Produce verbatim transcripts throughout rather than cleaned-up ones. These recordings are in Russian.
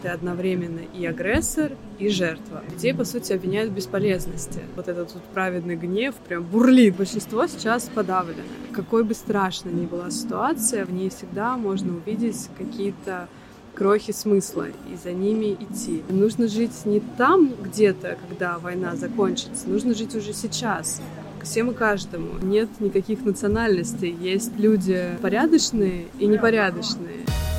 Ты одновременно и агрессор, и жертва. Людей, по сути, обвиняют в бесполезности. Вот этот вот праведный гнев прям бурлит. Большинство сейчас подавлено. Какой бы страшной ни была ситуация, в ней всегда можно увидеть какие-то крохи смысла и за ними идти. Нужно жить не там где-то, когда война закончится, нужно жить уже сейчас. Всем и каждому. Нет никаких национальностей. Есть люди порядочные и непорядочные.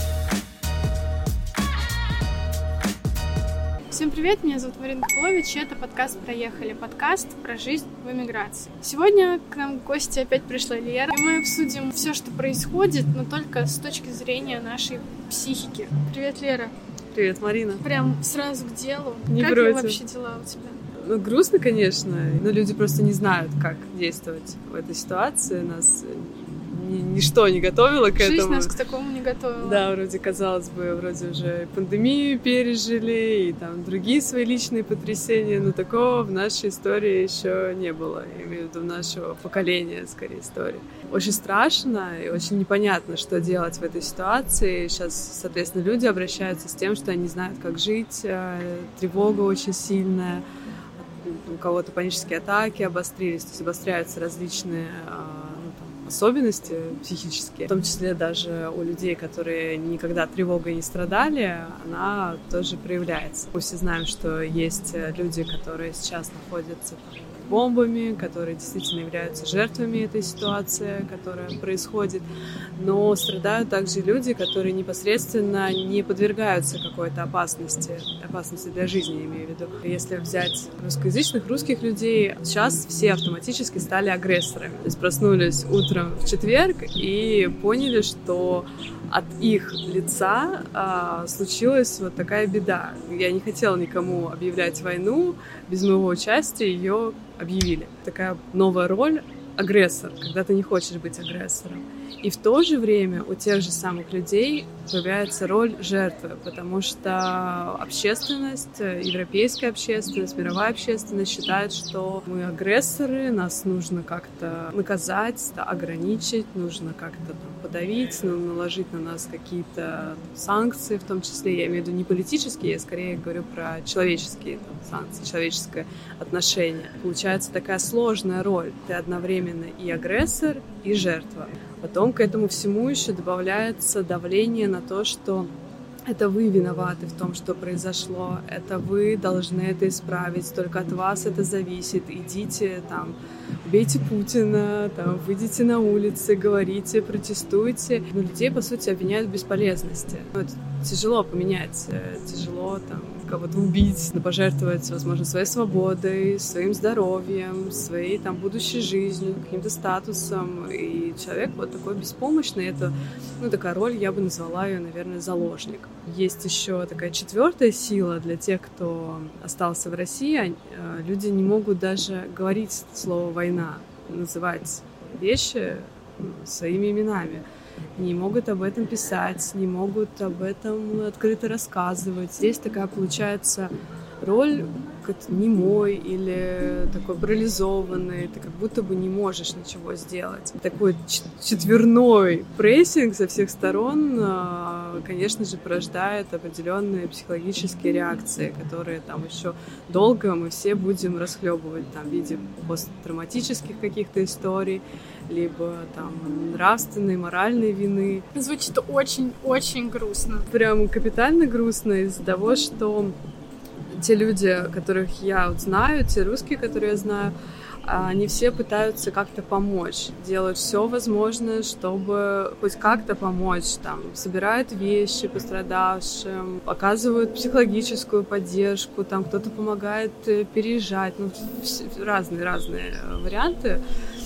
Всем привет, меня зовут Марина Копылович, и это подкаст «Проехали», подкаст про жизнь в эмиграции. Сегодня к нам в гости опять пришла Лера, и мы обсудим все, что происходит, но только с точки зрения нашей психики. Привет, Лера. Привет, Марина. Прям сразу к делу. Не как против. вообще дела у тебя? Ну, грустно, конечно, но люди просто не знают, как действовать в этой ситуации. Нас ни, ничто не готовило к Жизнь этому. нас к такому не готовила. Да, вроде, казалось бы, вроде уже пандемию пережили, и там другие свои личные потрясения, но такого в нашей истории еще не было, я имею в виду нашего поколения, скорее, истории. Очень страшно и очень непонятно, что делать в этой ситуации. Сейчас, соответственно, люди обращаются с тем, что они не знают, как жить, тревога очень сильная, у кого-то панические атаки обострились, то есть обостряются различные ну, там, особенности психические, в том числе даже у людей, которые никогда тревогой не страдали, она тоже проявляется. Мы все знаем, что есть люди, которые сейчас находятся там, бомбами, которые действительно являются жертвами этой ситуации, которая происходит, но страдают также люди, которые непосредственно не подвергаются какой-то опасности, опасности для жизни, я имею в виду. Если взять русскоязычных, русских людей, сейчас все автоматически стали агрессорами. То есть проснулись утром в четверг и поняли, что от их лица а, случилась вот такая беда. Я не хотела никому объявлять войну, без моего участия ее объявили. Такая новая роль — агрессор, когда ты не хочешь быть агрессором. И в то же время у тех же самых людей появляется роль жертвы, потому что общественность, европейская общественность, мировая общественность считает, что мы агрессоры, нас нужно как-то наказать, ограничить, нужно как-то там, подавить, ну, наложить на нас какие-то санкции, в том числе, я имею в виду не политические, я скорее говорю про человеческие там, санкции, человеческое отношение. Получается такая сложная роль. Ты одновременно и агрессор, и жертва. Потом к этому всему еще добавляется давление на то, что это вы виноваты в том, что произошло, это вы должны это исправить, только от вас это зависит. Идите там, убейте Путина, там, выйдите на улицы, говорите, протестуйте. Но людей, по сути, обвиняют в бесполезности. Ну, это тяжело поменять, тяжело там кого-то убить, пожертвовать, возможно, своей свободой, своим здоровьем, своей там будущей жизнью, каким-то статусом. И человек вот такой беспомощный. Это, ну, такая роль, я бы назвала ее, наверное, заложник. Есть еще такая четвертая сила для тех, кто остался в России. Люди не могут даже говорить слово «война», называть вещи своими именами. Не могут об этом писать, не могут об этом открыто рассказывать. Здесь такая получается роль как немой или такой парализованный, ты как будто бы не можешь ничего сделать. Такой четверной прессинг со всех сторон, конечно же, порождает определенные психологические реакции, которые там еще долго мы все будем расхлебывать там, в виде посттравматических каких-то историй, либо там нравственной, моральной вины. Звучит очень-очень грустно. Прям капитально грустно из-за того, что те люди, которых я вот знаю, те русские, которые я знаю, они все пытаются как-то помочь, делают все возможное, чтобы хоть как-то помочь, там, собирают вещи пострадавшим, оказывают психологическую поддержку, там, кто-то помогает переезжать, ну, разные-разные варианты.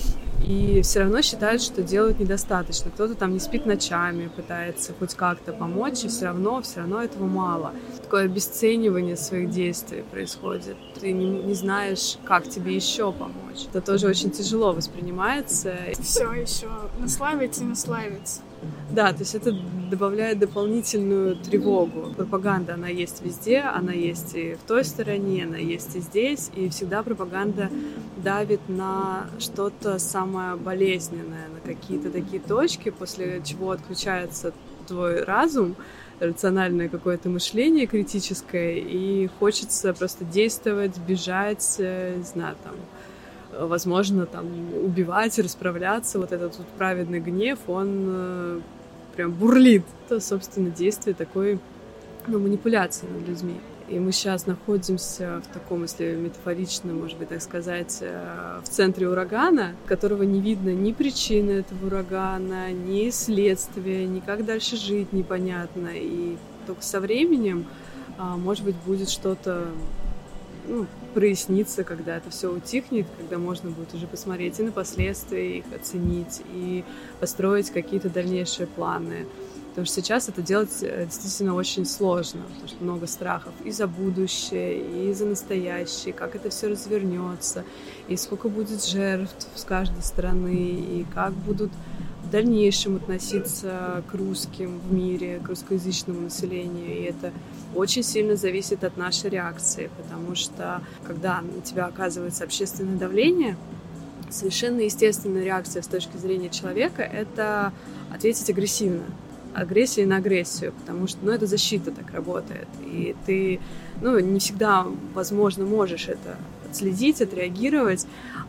И все равно считают, что делают недостаточно. Кто-то там не спит ночами, пытается хоть как-то помочь, и все равно, все равно этого мало. Такое обесценивание своих действий происходит. Ты не, не знаешь, как тебе еще помочь. Это тоже очень тяжело воспринимается. Все еще наслаивается и наслаивается. Да, то есть это добавляет дополнительную тревогу. Пропаганда, она есть везде, она есть и в той стороне, она есть и здесь, и всегда пропаганда давит на что-то самое болезненное, на какие-то такие точки, после чего отключается твой разум, рациональное какое-то мышление критическое, и хочется просто действовать, бежать, не знаю, там, возможно, там, убивать, расправляться. Вот этот вот праведный гнев, он прям бурлит. Это, собственно, действие такой, ну, манипуляции над людьми. И мы сейчас находимся в таком, если метафорично, может быть, так сказать, в центре урагана, которого не видно ни причины этого урагана, ни следствия, ни как дальше жить непонятно. И только со временем, может быть, будет что-то, ну, проясниться, когда это все утихнет, когда можно будет уже посмотреть и на последствия, их оценить, и построить какие-то дальнейшие планы. Потому что сейчас это делать действительно очень сложно, потому что много страхов и за будущее, и за настоящее, как это все развернется, и сколько будет жертв с каждой стороны, и как будут в дальнейшем относиться к русским в мире, к русскоязычному населению. И это очень сильно зависит от нашей реакции, потому что когда на тебя оказывается общественное давление, совершенно естественная реакция с точки зрения человека — это ответить агрессивно. Агрессии на агрессию, потому что, ну, это защита так работает, и ты, ну, не всегда, возможно, можешь это отследить, отреагировать,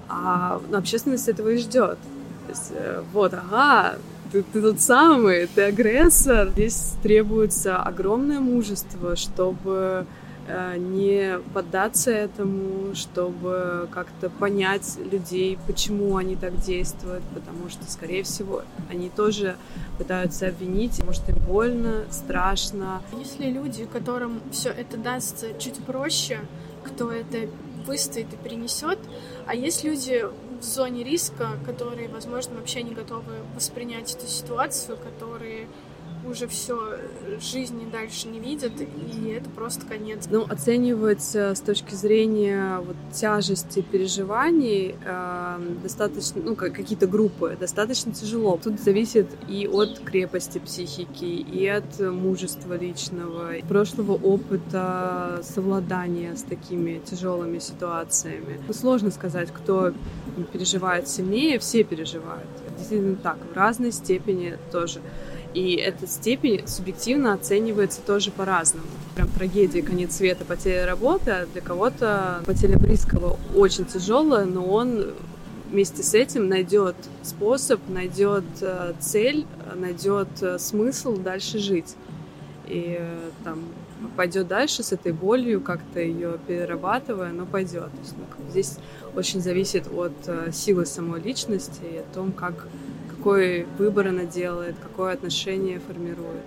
а ну, общественность этого и ждет. То есть, вот, ага, ты, ты тот самый, ты агрессор. Здесь требуется огромное мужество, чтобы не поддаться этому, чтобы как-то понять людей, почему они так действуют, потому что, скорее всего, они тоже пытаются обвинить, может, им больно, страшно. Если люди, которым все это дастся чуть проще, кто это выстоит и перенесет, а есть люди в зоне риска, которые, возможно, вообще не готовы воспринять эту ситуацию, которые уже все, жизни дальше не видят, и это просто конец. Ну, оценивать с точки зрения вот, тяжести переживаний э, достаточно, ну, какие-то группы, достаточно тяжело. Тут зависит и от крепости психики, и от мужества личного, и прошлого опыта совладания с такими тяжелыми ситуациями. Ну, сложно сказать, кто переживает сильнее, все переживают. Действительно так, в разной степени тоже. И эта степень субъективно оценивается тоже по-разному. Прям трагедия, конец света, потеря работы, а для кого-то потеря близкого очень тяжелая, но он вместе с этим найдет способ, найдет цель, найдет смысл дальше жить. И там пойдет дальше с этой болью, как-то ее перерабатывая, но пойдет. То есть, ну, здесь очень зависит от силы самой личности и о том, как какой выбор она делает, какое отношение формирует.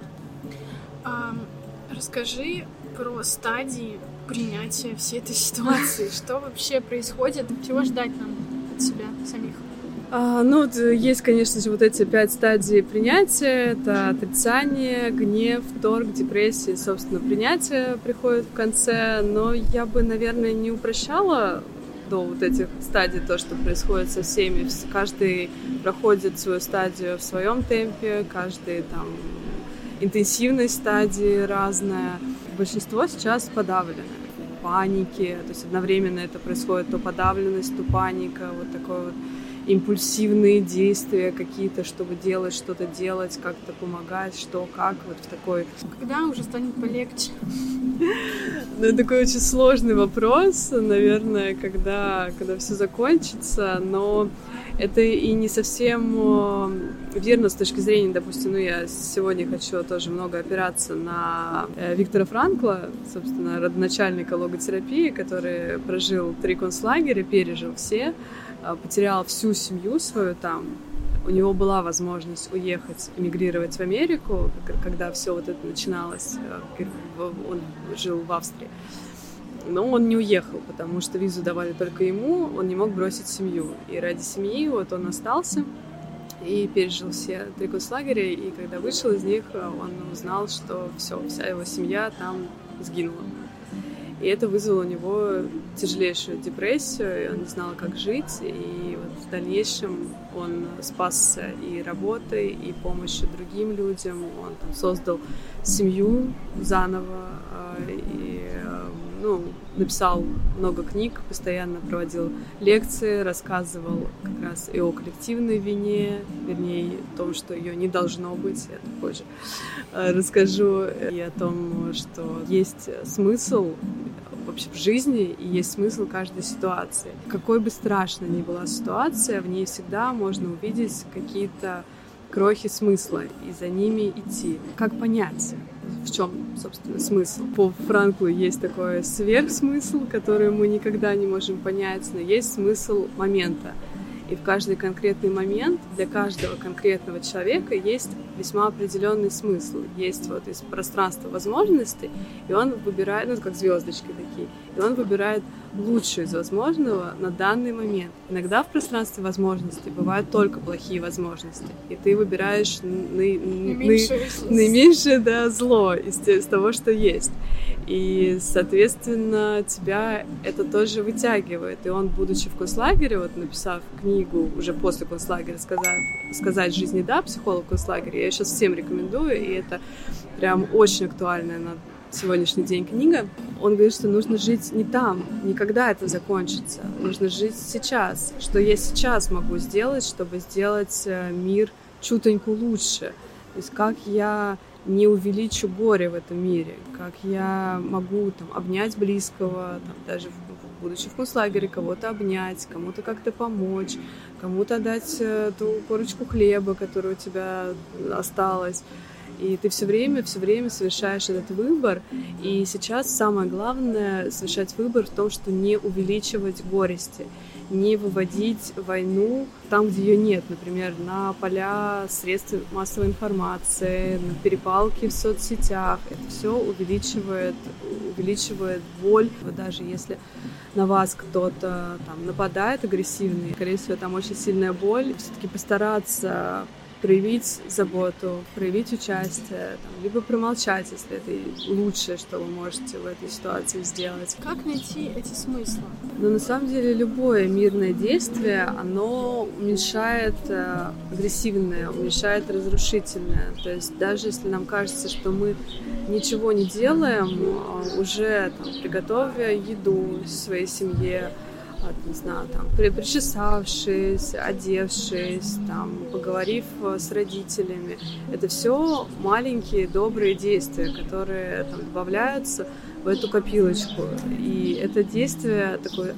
А, расскажи про стадии принятия всей этой ситуации. Что вообще происходит? Чего ждать нам от себя самих? А, ну, есть, конечно же, вот эти пять стадий принятия. Это отрицание, гнев, торг, депрессия. Собственно, принятие приходит в конце. Но я бы, наверное, не упрощала до вот этих стадий, то, что происходит со всеми. Каждый проходит свою стадию в своем темпе, каждый там интенсивность стадии разная. Большинство сейчас подавлено в панике, то есть одновременно это происходит то подавленность, то паника, вот такое вот импульсивные действия какие-то, чтобы делать, что-то делать, как-то помогать, что, как, вот в такой... Когда уже станет полегче? Ну, это такой очень сложный вопрос, наверное, когда, когда все закончится, но это и не совсем верно с точки зрения, допустим, ну, я сегодня хочу тоже много опираться на Виктора Франкла, собственно, родоначальника логотерапии, который прожил три концлагеря, пережил все, потерял всю семью свою там. У него была возможность уехать, эмигрировать в Америку, когда все вот это начиналось. Он жил в Австрии. Но он не уехал, потому что визу давали только ему, он не мог бросить семью. И ради семьи вот он остался и пережил все три концлагеря. И когда вышел из них, он узнал, что все, вся его семья там сгинула. И это вызвало у него тяжелейшую депрессию, и он не знал, как жить. И вот в дальнейшем он спасся и работой, и помощью другим людям. Он там создал семью заново, и, ну, написал много книг, постоянно проводил лекции, рассказывал как раз и о коллективной вине, вернее, о том, что ее не должно быть, я это позже расскажу, и о том, что есть смысл вообще в жизни и есть смысл каждой ситуации. Какой бы страшной ни была ситуация, в ней всегда можно увидеть какие-то крохи смысла и за ними идти. Как понять, в чем, собственно, смысл? По Франклу есть такой сверхсмысл, который мы никогда не можем понять, но есть смысл момента. И в каждый конкретный момент для каждого конкретного человека есть весьма определенный смысл. Есть вот из пространства возможностей, и он выбирает, ну, как звездочки такие, и он выбирает лучшее из возможного на данный момент. Иногда в пространстве возможностей бывают только плохие возможности, и ты выбираешь наименьшее, наименьшее да, зло из, из того, что есть. И, соответственно, тебя это тоже вытягивает. И он, будучи в концлагере, вот написав книгу уже после концлагеря «Сказать, сказать жизни да», психолог концлагеря, я ее сейчас всем рекомендую, и это прям очень актуальная на сегодняшний день книга. Он говорит, что нужно жить не там, не когда это закончится, нужно жить сейчас. Что я сейчас могу сделать, чтобы сделать мир чутоньку лучше. То есть как я не увеличу горе в этом мире, как я могу там, обнять близкого, там, даже будучи в концлагере, кого-то обнять, кому-то как-то помочь, кому-то дать ту корочку хлеба, которая у тебя осталась. И ты все время, все время совершаешь этот выбор. И сейчас самое главное совершать выбор в том, что не увеличивать горести, не выводить войну там, где ее нет. Например, на поля средств массовой информации, на перепалки в соцсетях. Это все увеличивает, увеличивает боль. Даже если на вас кто-то там нападает агрессивный, скорее всего, там очень сильная боль. Все-таки постараться проявить заботу, проявить участие, там, либо промолчать, если это лучшее, что вы можете в этой ситуации сделать. Как найти эти смыслы? Но на самом деле любое мирное действие, оно уменьшает э, агрессивное, уменьшает разрушительное. То есть даже если нам кажется, что мы ничего не делаем, уже там, приготовя еду своей семье, не знаю, там, причесавшись, одевшись, там, поговорив с родителями. Это все маленькие добрые действия, которые там, добавляются в эту копилочку. И это действие такое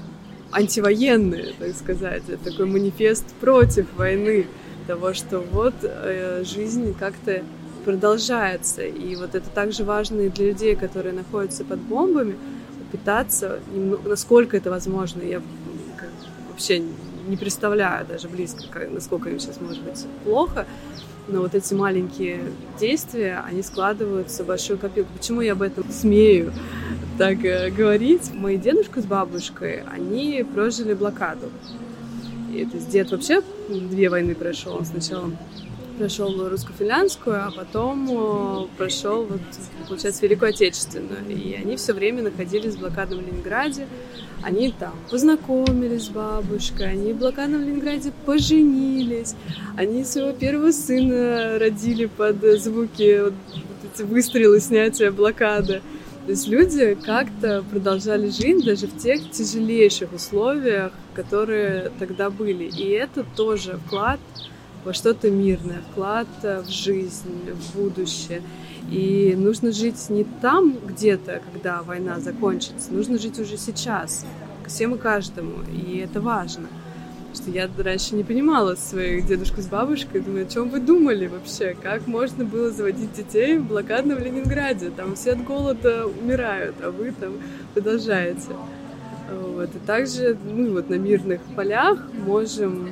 антивоенное, так сказать, это такой манифест против войны, того, что вот э, жизнь как-то продолжается. И вот это также важно и для людей, которые находятся под бомбами, питаться, насколько это возможно. Я вообще не представляю даже близко, насколько им сейчас может быть плохо, но вот эти маленькие действия, они складываются в большую копилку. Почему я об этом смею так говорить? Мой дедушка с бабушкой, они прожили блокаду. И, то есть дед вообще две войны прошел. Он сначала прошел русско-финляндскую, а потом прошел, вот, получается, Великую Отечественную. И они все время находились в блокадном Ленинграде. Они там познакомились с бабушкой, они в блокадном Ленинграде поженились, они своего первого сына родили под звуки вот, вот эти выстрелы снятия блокады. То есть люди как-то продолжали жить даже в тех тяжелейших условиях, которые тогда были. И это тоже вклад во что-то мирное, вклад в жизнь, в будущее. И нужно жить не там где-то, когда война закончится, нужно жить уже сейчас, всем и каждому, и это важно. Что я раньше не понимала своих дедушку с бабушкой, думаю, о чем вы думали вообще, как можно было заводить детей в блокадном Ленинграде, там все от голода умирают, а вы там продолжаете. Вот. И также мы вот на мирных полях можем...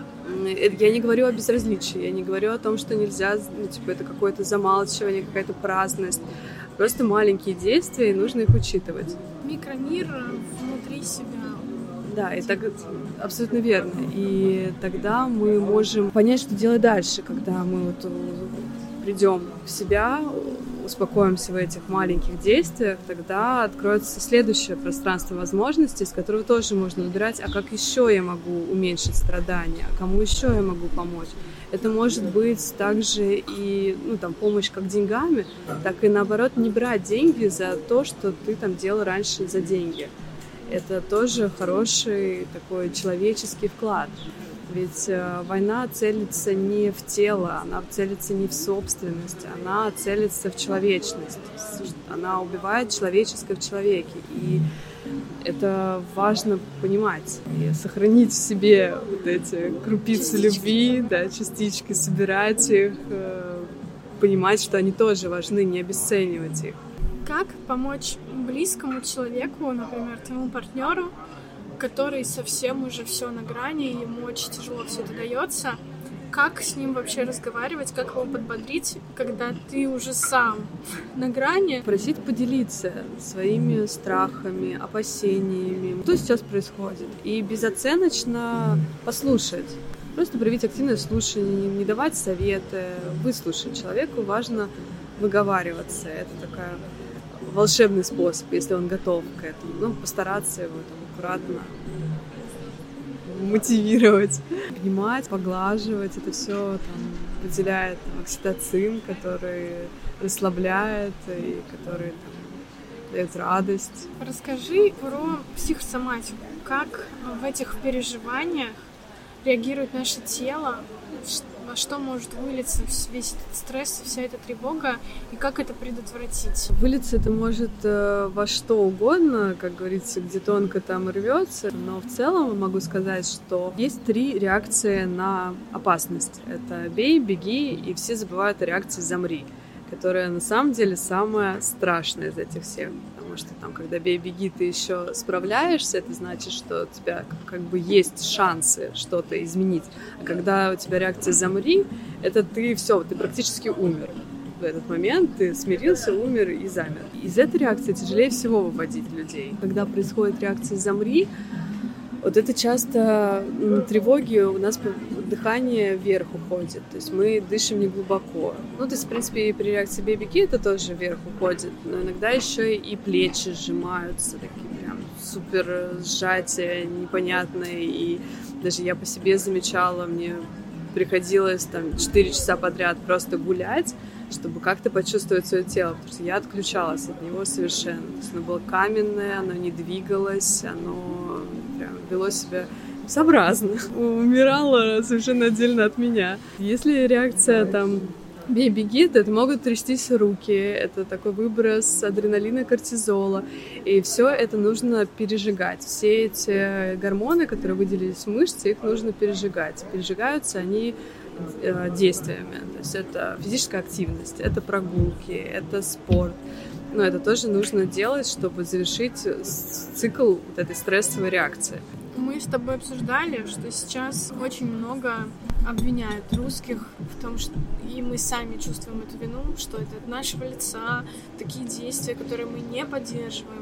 Я не говорю о безразличии, я не говорю о том, что нельзя, ну, типа, это какое-то замалчивание, какая-то праздность. Просто маленькие действия, и нужно их учитывать. Микромир внутри себя. Да, и так абсолютно верно. И тогда мы можем понять, что делать дальше, когда мы вот придем в себя, успокоимся в этих маленьких действиях, тогда откроется следующее пространство возможностей, из которого тоже можно выбирать, а как еще я могу уменьшить страдания, а кому еще я могу помочь. Это может быть также и ну, там, помощь как деньгами, так и наоборот не брать деньги за то, что ты там делал раньше за деньги. Это тоже хороший такой человеческий вклад. Ведь э, война целится не в тело, она целится не в собственность, она целится в человечность. Она убивает человеческое в человеке. И это важно понимать и сохранить в себе вот эти крупицы любви, да, частички, собирать их, э, понимать, что они тоже важны, не обесценивать их. Как помочь близкому человеку, например, твоему партнеру, который совсем уже все на грани, ему очень тяжело все это дается? Как с ним вообще разговаривать, как его подбодрить, когда ты уже сам на грани? Просить поделиться своими страхами, опасениями, что сейчас происходит, и безоценочно послушать. Просто проявить активное слушание, не давать советы, выслушать. Человеку важно выговариваться. Это такая волшебный способ, если он готов к этому. Ну, постараться его там аккуратно мотивировать, обнимать, поглаживать. Это все там выделяет там, окситоцин, который расслабляет и который там, дает радость. Расскажи про психосоматику. Как в этих переживаниях реагирует наше тело, во что может вылиться весь этот стресс, вся эта тревога, и как это предотвратить? Вылиться это может э, во что угодно, как говорится, где тонко там рвется, но в целом могу сказать, что есть три реакции на опасность. Это бей, беги, и все забывают о реакции замри, которая на самом деле самая страшная из этих всех. Потому что там, когда бей-беги, ты еще справляешься, это значит, что у тебя как бы есть шансы что-то изменить. А когда у тебя реакция «замри», это ты все, ты практически умер. В этот момент ты смирился, умер и замер. Из этой реакции тяжелее всего выводить людей. Когда происходит реакция «замри», вот это часто на тревоге у нас дыхание вверх уходит, то есть мы дышим не глубоко. Ну, то есть, в принципе, и при реакции бей-беги это тоже вверх уходит, но иногда еще и плечи сжимаются, такие прям супер сжатия непонятные, и даже я по себе замечала, мне приходилось там четыре часа подряд просто гулять, чтобы как-то почувствовать свое тело, потому что я отключалась от него совершенно. То есть оно было каменное, оно не двигалось, оно прям вело себя сообразно, умирало совершенно отдельно от меня. Если реакция там бей-беги, то это могут трястись руки, это такой выброс адреналина, кортизола, и все это нужно пережигать. Все эти гормоны, которые выделились в мышцы, их нужно пережигать. Пережигаются они действиями. То есть это физическая активность, это прогулки, это спорт. Но это тоже нужно делать, чтобы завершить цикл вот этой стрессовой реакции. Мы с тобой обсуждали, что сейчас очень много обвиняют русских в том, что и мы сами чувствуем эту вину, что это от нашего лица, такие действия, которые мы не поддерживаем.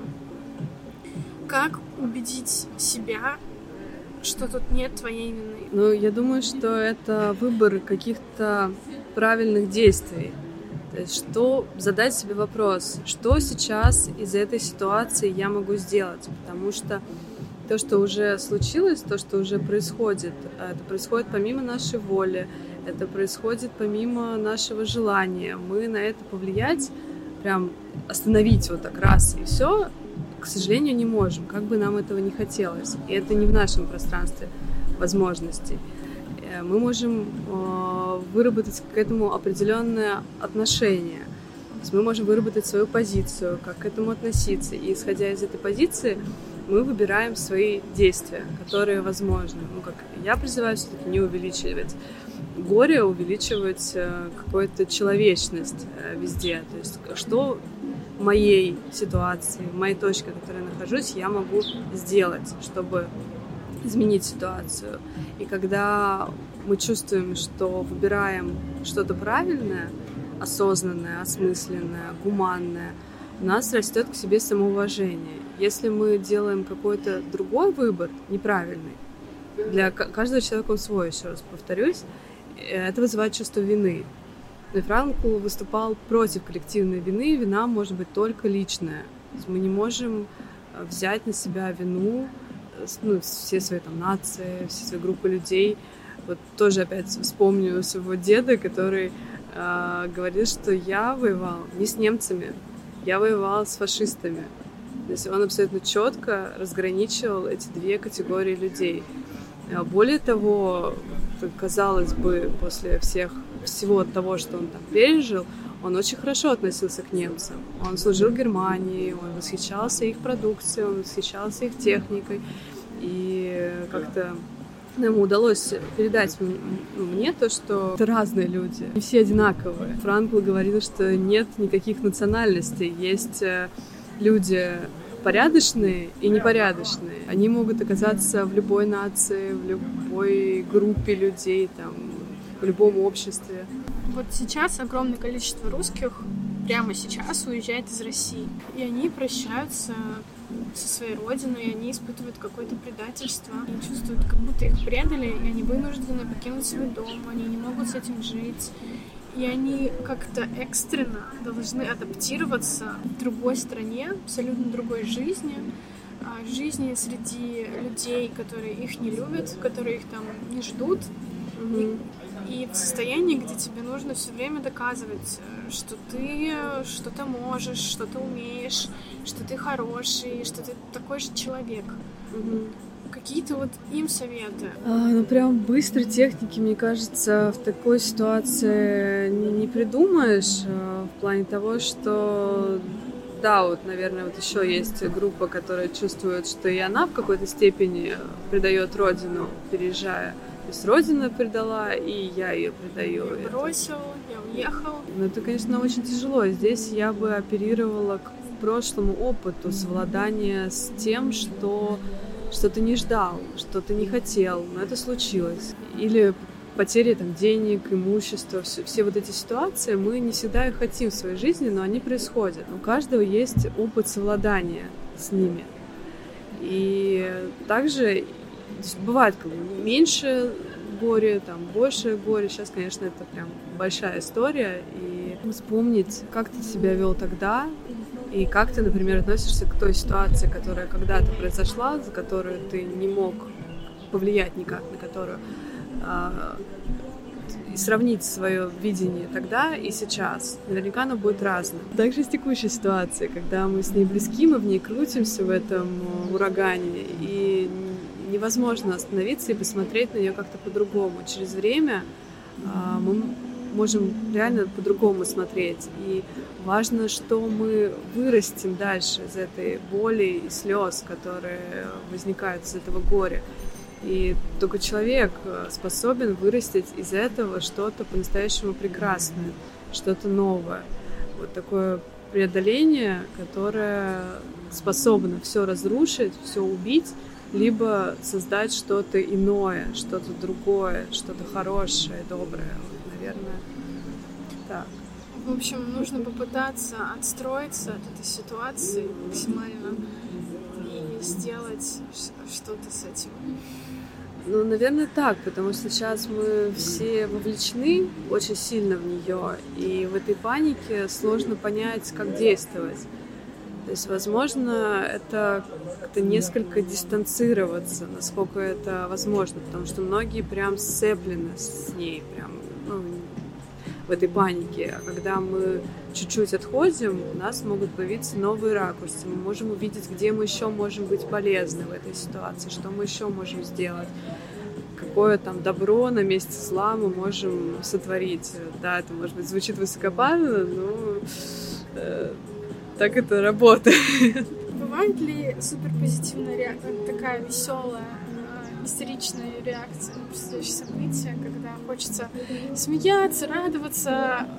Как убедить себя, что тут нет твоей вины? Ну, я думаю, что это выбор каких-то правильных действий. То есть, что задать себе вопрос, что сейчас из этой ситуации я могу сделать? Потому что то, что уже случилось, то, что уже происходит, это происходит помимо нашей воли, это происходит помимо нашего желания. Мы на это повлиять, прям остановить вот так раз и все, к сожалению, не можем, как бы нам этого не хотелось. И это не в нашем пространстве возможностей. Мы можем э, выработать к этому определенное отношение. То есть мы можем выработать свою позицию, как к этому относиться. И исходя из этой позиции, мы выбираем свои действия, которые возможны. Ну, как я призываю все-таки не увеличивать горе, увеличивать э, какую-то человечность э, везде. То есть что в моей ситуации, в моей точке, в которой я нахожусь, я могу сделать, чтобы изменить ситуацию. И когда мы чувствуем, что выбираем что-то правильное, осознанное, осмысленное, гуманное, у нас растет к себе самоуважение. Если мы делаем какой-то другой выбор, неправильный, для каждого человека он свой, еще раз повторюсь, это вызывает чувство вины. И Франкл выступал против коллективной вины, вина может быть только личная. То есть мы не можем взять на себя вину, ну, все свои там нации, все свои группы людей. Вот тоже опять вспомню своего деда, который э, говорил, что я воевал не с немцами, я воевал с фашистами. То есть он абсолютно четко разграничивал эти две категории людей. Более того, казалось бы, после всех, всего того, что он там пережил, он очень хорошо относился к немцам. Он служил Германии, он восхищался их продукцией, он восхищался их техникой. И как-то ему удалось передать мне то, что это разные люди, не все одинаковые. Франкл говорил, что нет никаких национальностей, есть люди порядочные и непорядочные. Они могут оказаться в любой нации, в любой группе людей, там, в любом обществе. Вот сейчас огромное количество русских прямо сейчас уезжает из России. И они прощаются со своей родиной, и они испытывают какое-то предательство. Они чувствуют, как будто их предали, и они вынуждены покинуть свой дом, они не могут с этим жить. И они как-то экстренно должны адаптироваться в другой стране, абсолютно другой жизни, жизни среди людей, которые их не любят, которые их там не ждут. Mm-hmm. И, и в состоянии, где тебе нужно все время доказывать, что ты что-то можешь, что ты умеешь, что ты хороший, что ты такой же человек. Mm-hmm. Какие-то вот им советы? А, ну, прям быстрой техники, мне кажется, в такой ситуации не, не придумаешь, а, в плане того, что да, вот, наверное, вот еще есть группа, которая чувствует, что и она в какой-то степени предает родину, переезжая. То есть родина предала, и я ее предаю. Я бросил, я уехал. Ну, это, конечно, очень тяжело. Здесь я бы оперировала к прошлому опыту совладания с тем, что что ты не ждал, что ты не хотел, но это случилось. Или потери там, денег, имущества, все, все вот эти ситуации, мы не всегда их хотим в своей жизни, но они происходят. У каждого есть опыт совладания с ними. И также бывает как бы, меньше горе, там, больше горе. Сейчас, конечно, это прям большая история. И вспомнить, как ты себя вел тогда, и как ты, например, относишься к той ситуации, которая когда-то произошла, за которую ты не мог повлиять никак, на которую, а, и сравнить свое видение тогда и сейчас. Наверняка оно будет разным. Также с текущей ситуацией, когда мы с ней близки, мы в ней крутимся в этом урагане, и невозможно остановиться и посмотреть на нее как-то по-другому. Через время а, мы можем реально по-другому смотреть. И важно, что мы вырастем дальше из этой боли и слез, которые возникают из этого горя. И только человек способен вырастить из этого что-то по-настоящему прекрасное, что-то новое. Вот такое преодоление, которое способно все разрушить, все убить, либо создать что-то иное, что-то другое, что-то хорошее, доброе. Вот, наверное, так. В общем, нужно попытаться отстроиться от этой ситуации максимально и сделать что-то с этим. Ну, наверное, так, потому что сейчас мы все вовлечены очень сильно в нее, и в этой панике сложно понять, как действовать. То есть, возможно, это как-то несколько дистанцироваться, насколько это возможно, потому что многие прям сцеплены с ней, прям, ну, в этой панике. А когда мы чуть-чуть отходим, у нас могут появиться новые ракурсы. Мы можем увидеть, где мы еще можем быть полезны в этой ситуации, что мы еще можем сделать, какое там добро на месте зла мы можем сотворить. Да, это, может быть, звучит высокопарно, но э, так это работает. Бывает ли суперпозитивная реакция, такая веселая, истеричная реакция на предстоящие события, когда хочется смеяться, радоваться?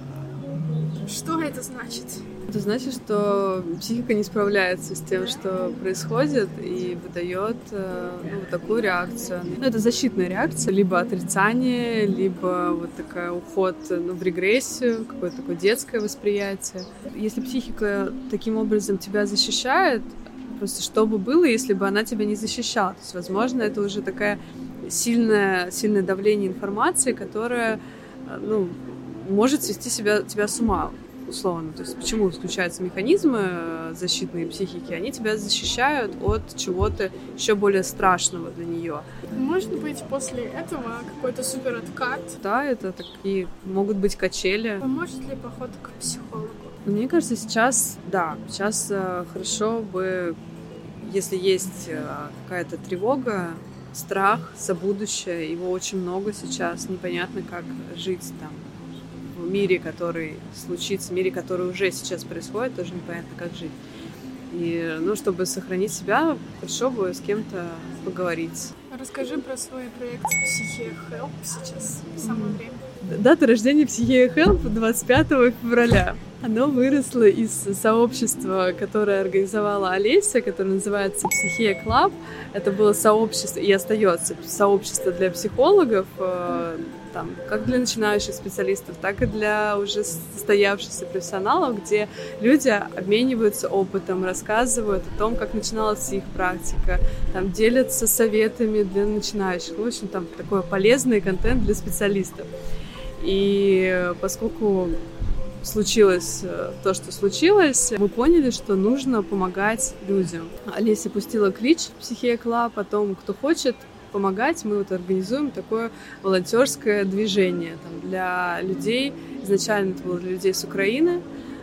Что это значит? Это значит, что психика не справляется с тем, что происходит, и выдает ну, такую реакцию. Ну, это защитная реакция, либо отрицание, либо вот такой уход ну, в регрессию, какое-то такое детское восприятие. Если психика таким образом тебя защищает, просто что бы было, если бы она тебя не защищала? То есть, возможно, это уже такая сильное, сильное давление информации, которое ну, может свести себя, тебя с ума, условно. То есть почему включаются механизмы защитные психики? Они тебя защищают от чего-то еще более страшного для нее. Может быть, после этого какой-то супер откат? Да, это такие могут быть качели. Поможет ли поход к психологу? Мне кажется, сейчас, да, сейчас э, хорошо бы, если есть э, какая-то тревога, страх за будущее, его очень много сейчас, непонятно, как жить там в мире, который случится, в мире, который уже сейчас происходит, тоже непонятно, как жить. И, ну, чтобы сохранить себя, хорошо бы с кем-то поговорить. Расскажи про свой проект Psyche Help сейчас, в самое время. Дата рождения Psyche Help двадцать пятого февраля. Оно выросло из сообщества, которое организовала Олеся, которое называется Psyche Club. Это было сообщество, и остается сообщество для психологов, там, как для начинающих специалистов, так и для уже состоявшихся профессионалов, где люди обмениваются опытом, рассказывают о том, как начиналась их практика, там, делятся советами для начинающих. В общем, там такой полезный контент для специалистов. И поскольку случилось то, что случилось, мы поняли, что нужно помогать людям. Олеся пустила клич Psyche Club о том, кто хочет помогать, мы вот организуем такое волонтерское движение там, для людей. Изначально это было для людей с Украины.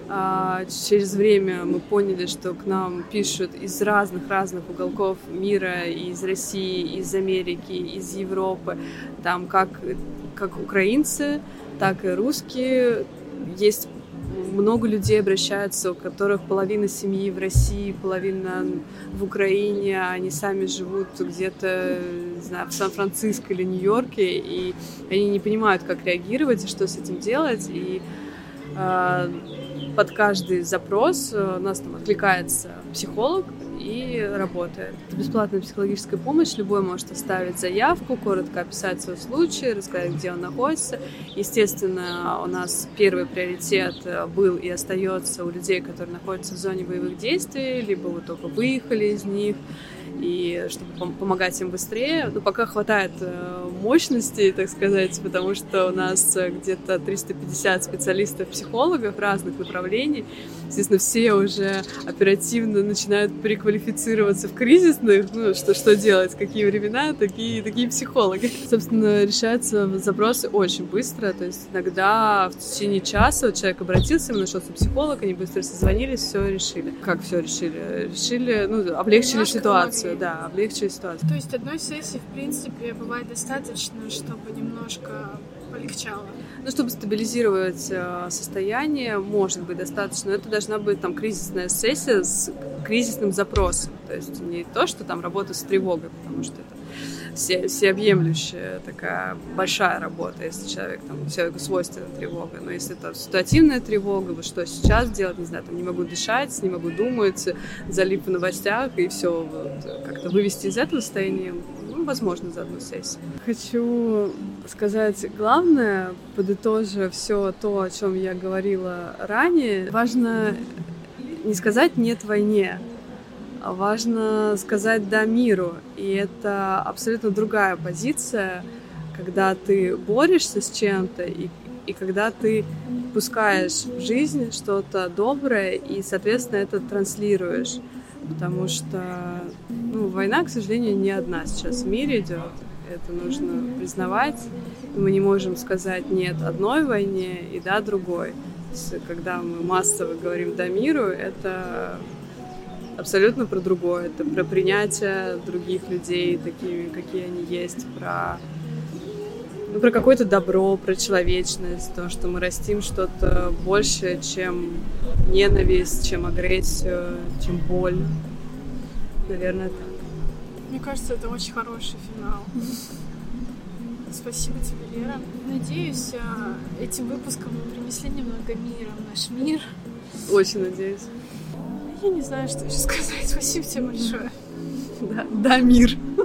А через время мы поняли, что к нам пишут из разных-разных уголков мира, из России, из Америки, из Европы, там как, как украинцы, так и русские. Есть много людей обращаются, у которых половина семьи в России, половина в Украине, они сами живут где-то, не знаю, в Сан-Франциско или Нью-Йорке, и они не понимают, как реагировать и что с этим делать, и э, под каждый запрос у нас там откликается психолог и работает. Это бесплатная психологическая помощь, любой может оставить заявку, коротко описать свой случай, рассказать, где он находится. Естественно, у нас первый приоритет был и остается у людей, которые находятся в зоне боевых действий, либо вот только выехали из них, и чтобы помогать им быстрее. Но пока хватает мощностей, так сказать, потому что у нас где-то триста пятьдесят специалистов-психологов разных направлений. Естественно, все уже оперативно начинают переквалифицироваться в кризисных. Ну, что, что делать? Какие времена, такие, такие психологи. Собственно, решаются запросы очень быстро. То есть иногда в течение часа вот человек обратился, ему нашелся психолог, они быстро созвонились, все решили. Как все решили? Решили, ну, облегчили Немножко ситуацию. помогли. Да, облегчили ситуацию. То есть одной сессии, в принципе, бывает достаточно, чтобы немножко полегчало. Ну, чтобы стабилизировать э, состояние, может быть достаточно. Но это должна быть там кризисная сессия с кризисным запросом. То есть не то, что там работа с тревогой, потому что это все, всеобъемлющая такая большая работа, если человек, там, человеку свойственна тревога. Но если это ситуативная тревога, вот что сейчас делать, не знаю, там, не могу дышать, не могу думать, залип в новостях, и все вот, как-то вывести из этого состояния, ну, возможно, за одну сессию. Хочу сказать главное, подытожив все то, о чем я говорила ранее. Важно не сказать «нет» войне, а важно сказать «да» миру. И это абсолютно другая позиция, когда ты борешься с чем-то и, и когда ты пускаешь в жизнь что-то доброе и, соответственно, это транслируешь. Потому что ну, война, к сожалению, не одна сейчас в мире идет. Это нужно признавать. Мы не можем сказать «нет» одной войне и «да» другой. То есть, когда мы массово говорим «да» миру, это абсолютно про другое. Это про принятие других людей такими, какие они есть, про, ну, про какое-то добро, про человечность, то, что мы растим что-то большее, чем ненависть, чем агрессию, чем боль. Наверное, так. Мне кажется, это очень хороший финал. Спасибо тебе, Лера. Надеюсь, этим выпуском мы принесли немного мира в наш мир. Очень надеюсь. Я не знаю, что еще сказать. Спасибо тебе большое. Да, да, мир.